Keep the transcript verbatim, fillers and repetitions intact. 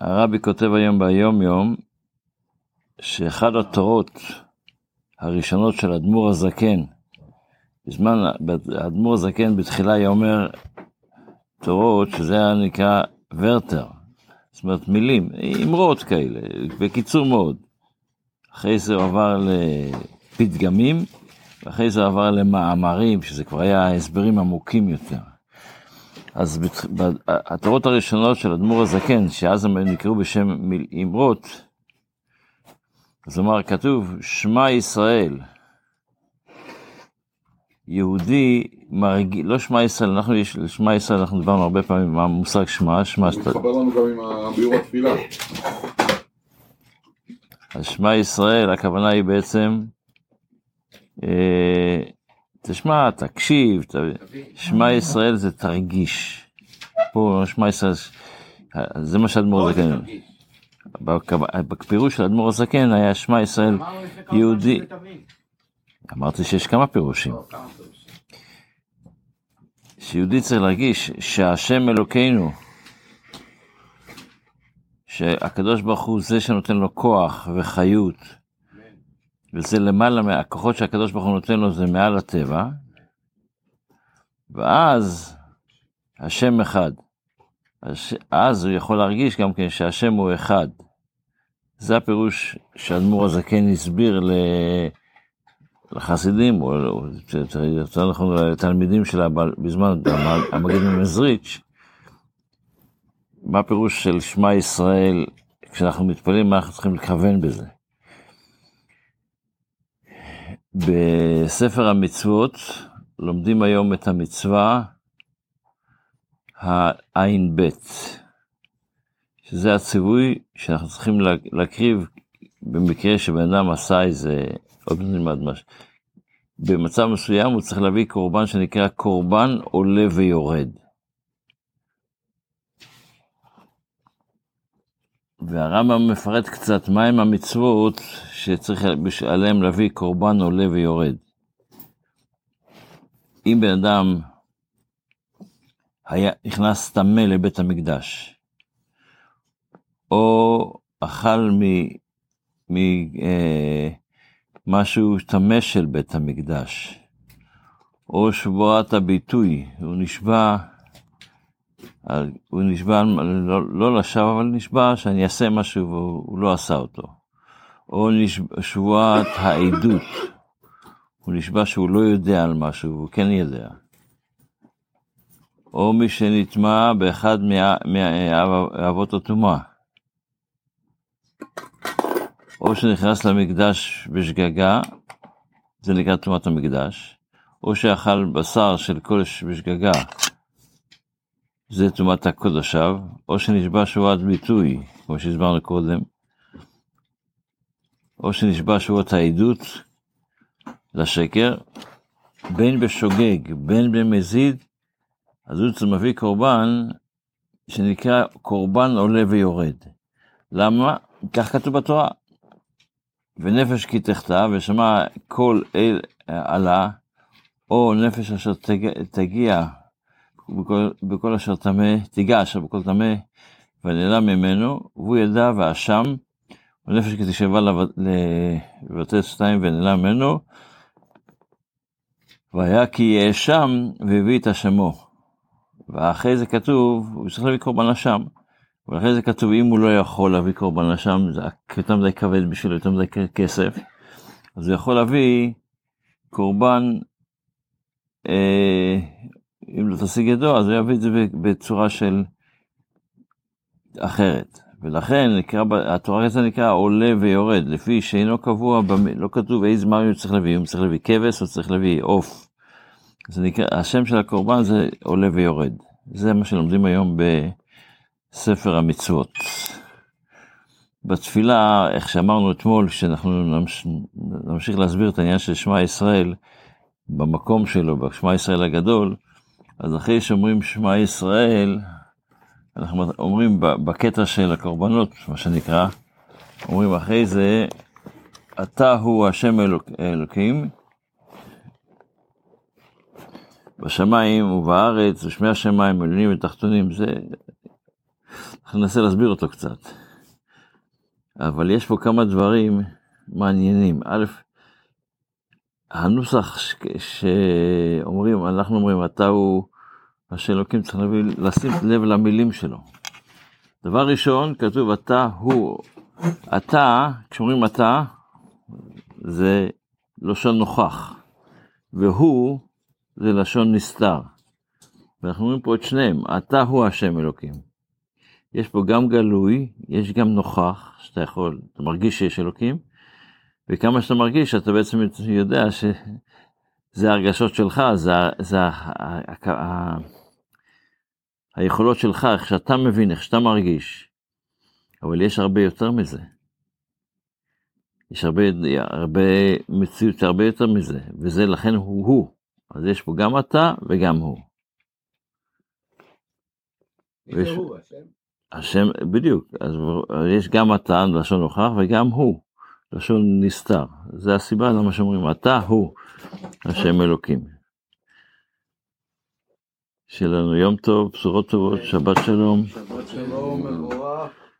הרבי כותב היום ביום יום, שאחד התורות הראשונות של אדמו"ר הזקן, בזמן אדמו"ר הזקן בתחילה היה אומר תורות, שזה היה נקרא ורטר, זאת אומרת מילים, אמרות כאלה, בקיצור מאוד. אחרי זה הוא עבר לפתגמים, ואחרי זה הוא עבר למאמרים, שזה כבר היה הסברים עמוקים יותר. אז התורות הראשונות של אדמו"ר הזקן, שאז הם נקראו בשם אמרות, זאת אומרת, כתוב, שמע ישראל, יהודי מרגיש, לא שמע ישראל, אנחנו יש, שמע ישראל, אנחנו דברנו הרבה פעמים, מה המושג שמע, שמע שאתה... הוא מתחבר לנו גם עם ביור התפילה. אז שמע ישראל, הכוונה היא בעצם, אה, תשמע, תקשיב, ת... שמע ישראל זה תרגיש. פה שמע ישראל, זה מה שאדמו"ר הזקן. בפירוש של אדמו"ר הזקן היה שמע ישראל יהודי. אמרתי שיש כמה פירושים. שיהודי צריך להרגיש שהשם אלוקינו, שהקדוש ברוך הוא זה שנותן לו כוח וחיות, וזה למעלה מהכוחות שהקדוש ברוך הוא נותן לו, זה מעל הטבע, ואז השם אחד. אז הוא יכול להרגיש גם כן שהשם הוא אחד. זה הפירוש שאדמו"ר הזקן הסביר לחסידים, או יותר נכון לתלמידים שלה בזמן המגיד ממזריץ', מה הפירוש של שמע ישראל, כשאנחנו מתפללים מה אנחנו צריכים לכוון בזה. בספר המצוות לומדים היום את המצווה העין בית, שזה הציווי שאנחנו צריכים להקריב במקרה שבן אדם עשה איזה, עוד נלמד משהו, במצב מסוים הוא צריך להביא קורבן שנקרא קורבן עולה ויורד. והרמב"ם מפרט קצת מהם המצוות שצריך עליהם להביא קורבן עולה ויורד. אם בן אדם היה נכנס טמא לבית המקדש, או אכל ממשהו טמא של בית המקדש, או שבועת הביטוי, הוא נשבע, הוא נשבע לא, לא לשווא, אבל נשבע שאני אעשה משהו והוא לא עשה אותו. או שבועת העדות, הוא נשבע שהוא לא יודע על משהו והוא כן יודע. או מי שנטמע באחד מאבות הטומאה, או שנכנס למקדש בשגגה, זה נקרא טומאת המקדש, או שאכל בשר של קודש בשגגה, זה טומאת הקודשיו, או שנשבע שבועת ביטוי, כמו שהסברנו קודם, או שנשבע שבועת העדות לשקר, בין בשוגג, בין במזיד, אז הוא מביא קורבן שנקרא קורבן עולה ויורד. למה? כך כתוב בתורה. ונפש כי תחטא ושמע כל אל עלה, או נפש אשר תגיע, תגיע בכל, בכל אשר תמה, תיגע אשר בכל תמה, ונעלם ממנו, והוא ידע ואשם, ונפש כי תשבע לבטל שתיים ונעלם ממנו, והיה כי יאשם והביא את אשמו. ואחרי זה כתוב, הוא צריך להביא קורבן אשם, ואחרי זה כתוב, אם הוא לא יכול להביא קורבן אשם, זה יותר מדי כבד בשבילו, יותר מדי כסף, אז הוא יכול להביא קורבן, אה, אם לא תשיג ידו, אז הוא יביא את זה בצורה של אחרת. ולכן נקרא, התורה הזה נקרא עולה ויורד, לפי שאינו קבוע, לא כתוב איזה מה הוא צריך להביא, הוא צריך להביא כבש או צריך להביא עוף. זה נקרא, השם של הקורבן זה עולה ויורד. זה מה שלומדים היום בספר המצוות. בתפילה, איך שאמרנו אתמול, שאנחנו נמשיך להסביר את העניין של שמע ישראל, במקום שלו, בשמע ישראל הגדול, אז אחרי שאומרים שמע ישראל, אנחנו אומרים בקטע של הקורבנות, מה שנקרא, אומרים אחרי זה, אתה הוא השם אלוק, אלוקים, בשמיים ובארץ, ושמי השמיים עליונים ותחתונים, זה אנחנו ננסה להסביר אותו קצת. אבל יש פה כמה דברים מעניינים. א', הנוסח ש... שאומרים, אנחנו אומרים, אתה הוא השם אלוקים, צריך לשים לב למילים שלו. דבר ראשון, כתוב, אתה הוא. אתה, כשאומרים אתה, זה לשון נוכח. והוא, זה לשון נסתר. ואנחנו אומרים פה את שניהם, אתה הוא השם אלוקים. יש פה גם גלוי, יש גם נוכח, שאתה יכול, אתה מרגיש שיש אלוקים, וכמה שאתה מרגיש, אתה בעצם יודע שזה הרגשות שלך, זה, זה ה, ה, ה, היכולות שלך, איך שאתה מבין, איך שאתה מרגיש. אבל יש הרבה יותר מזה. יש הרבה, הרבה מציאות, הרבה יותר מזה, וזה לכן הוא הוא. אז יש פה גם אתה וגם הוא. ויש... הוא, השם? השם, בדיוק, אז יש גם אתה, לשון נוכח, וגם הוא, לשון נסתר. זה הסיבה למה שאומרים, אתה הוא, השם אלוקים. שיהיה לנו יום טוב, בשורות טובות, שבת שלום. שבת שלום, מבורך.